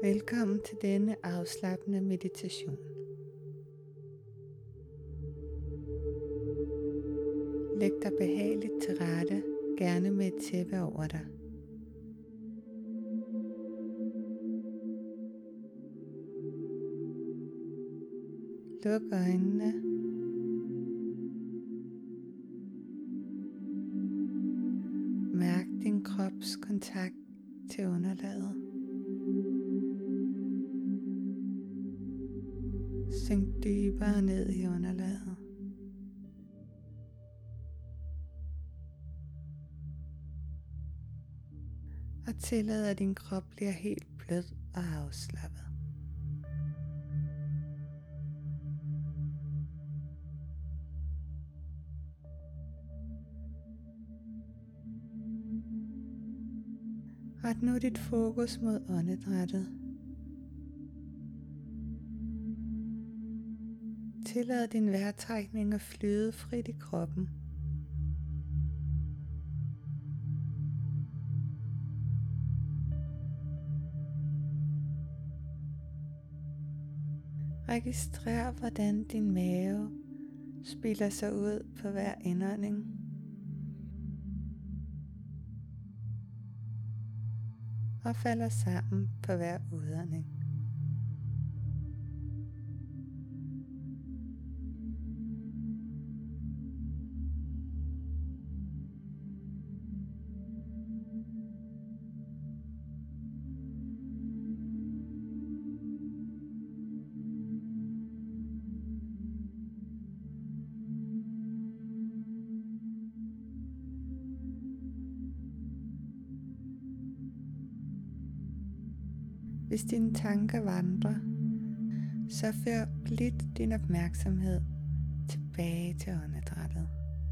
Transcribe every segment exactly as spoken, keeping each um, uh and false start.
Velkommen til denne afslappende meditation. Læg dig behageligt til rette, gerne med et tæppe over dig. Luk øjnene. Mærk din krops kontakt til underlaget. Synk dybere ned i underlaget. Og tillad, at din krop bliver helt blød og afslappet. Ret nu dit fokus mod åndedrættet. Tillad din vejrtrækning at flyde frit i kroppen. Registrer, hvordan din mave spiller sig ud på hver indånding. Og falder sammen på hver udånding. Hvis dine tanker vandrer, så før blidt din opmærksomhed tilbage til åndedrættet.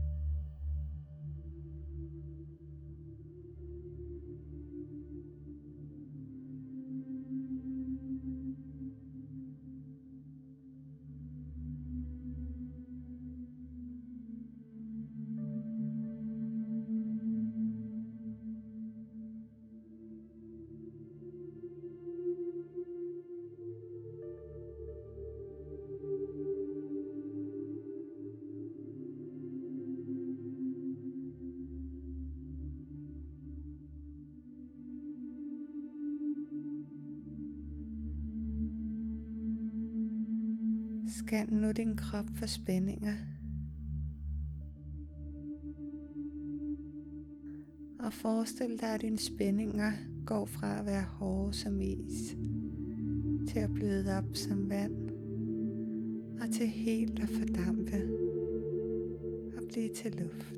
Scan nu din krop for spændinger. Og forestil dig, at dine spændinger går fra at være hårde som is, til at bløde op som vand, og til helt at fordampe og blive til luft.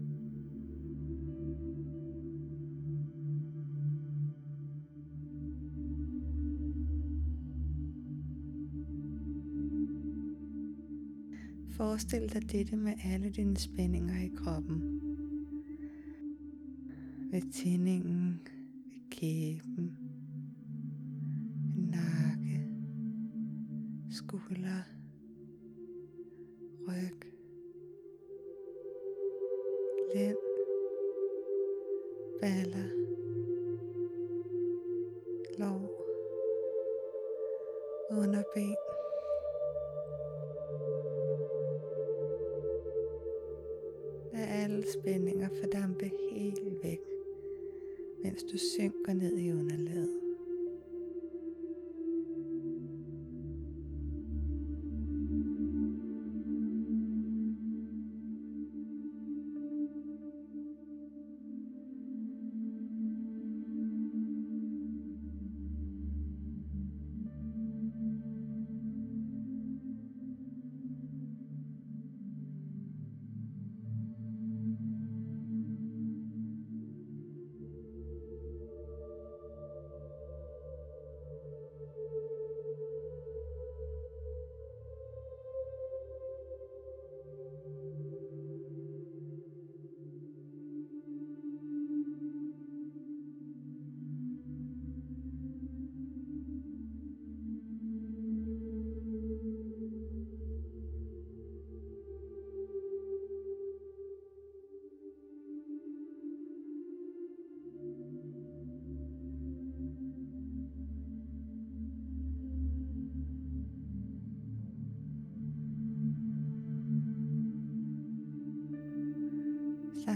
Forestil dig dette med alle dine spændinger i kroppen. Ved tændingen, ved kæben, ved nakke, skulder, ryg, lænd, baller, lår, underben. Lad alle spændinger fordampe helt væk, mens du synker ned i underlaget.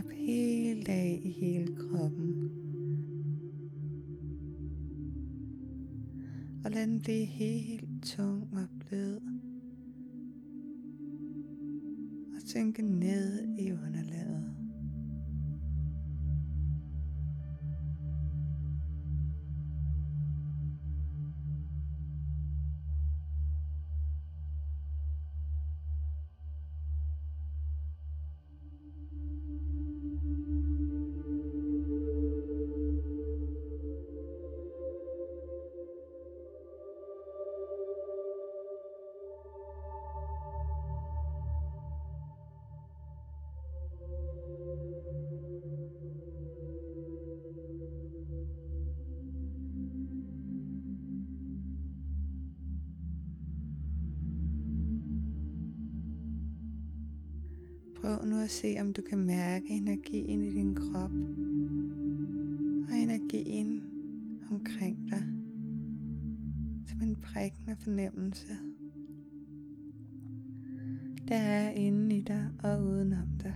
Slap helt af i hele kroppen. Og lad den blive helt tung og blød. Og synke ned i underlaget. Prøv nu at se, om du kan mærke energien i din krop og energien omkring dig som en prikkende fornemmelse, der er inde i dig og udenom dig.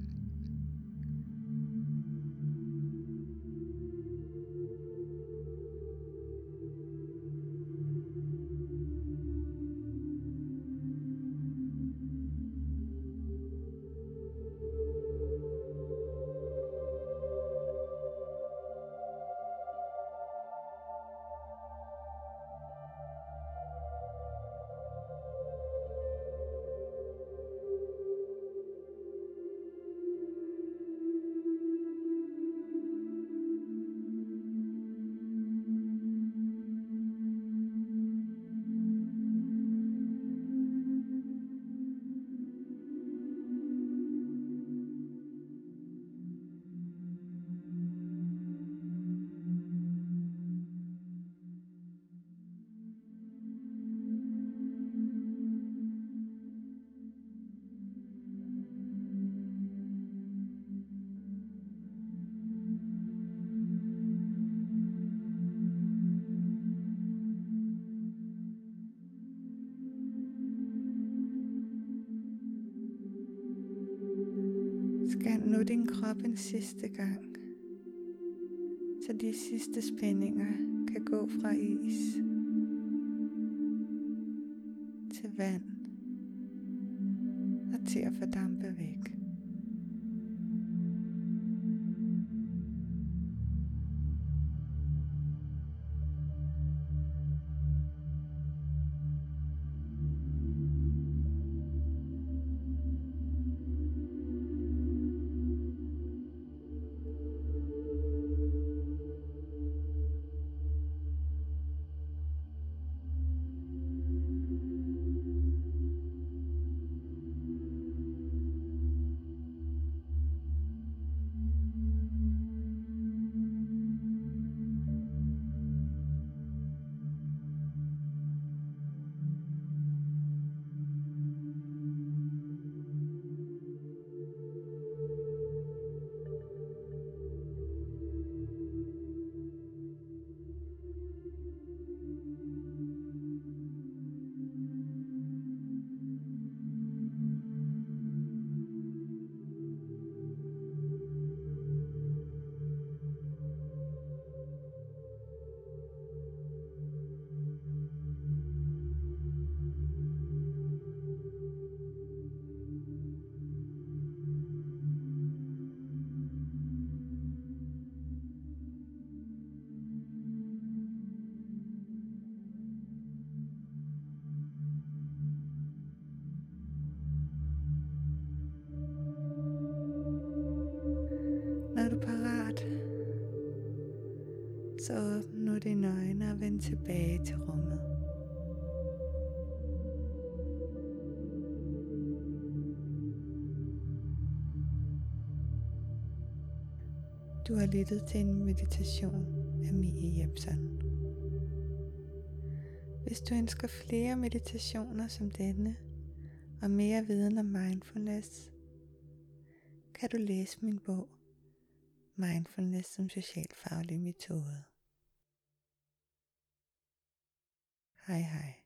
Scan nu din krop en sidste gang, så de sidste spændinger kan gå fra is til vand og til at fordampe væk. Når du er parat, så åbn nu dine øjne og vend tilbage til rummet. Du har lyttet til en meditation af Mie Jepsen. Hvis du ønsker flere meditationer som denne og mere viden om mindfulness, kan du læse min bog Mindfulness som socialfaglig metode. Hej hej.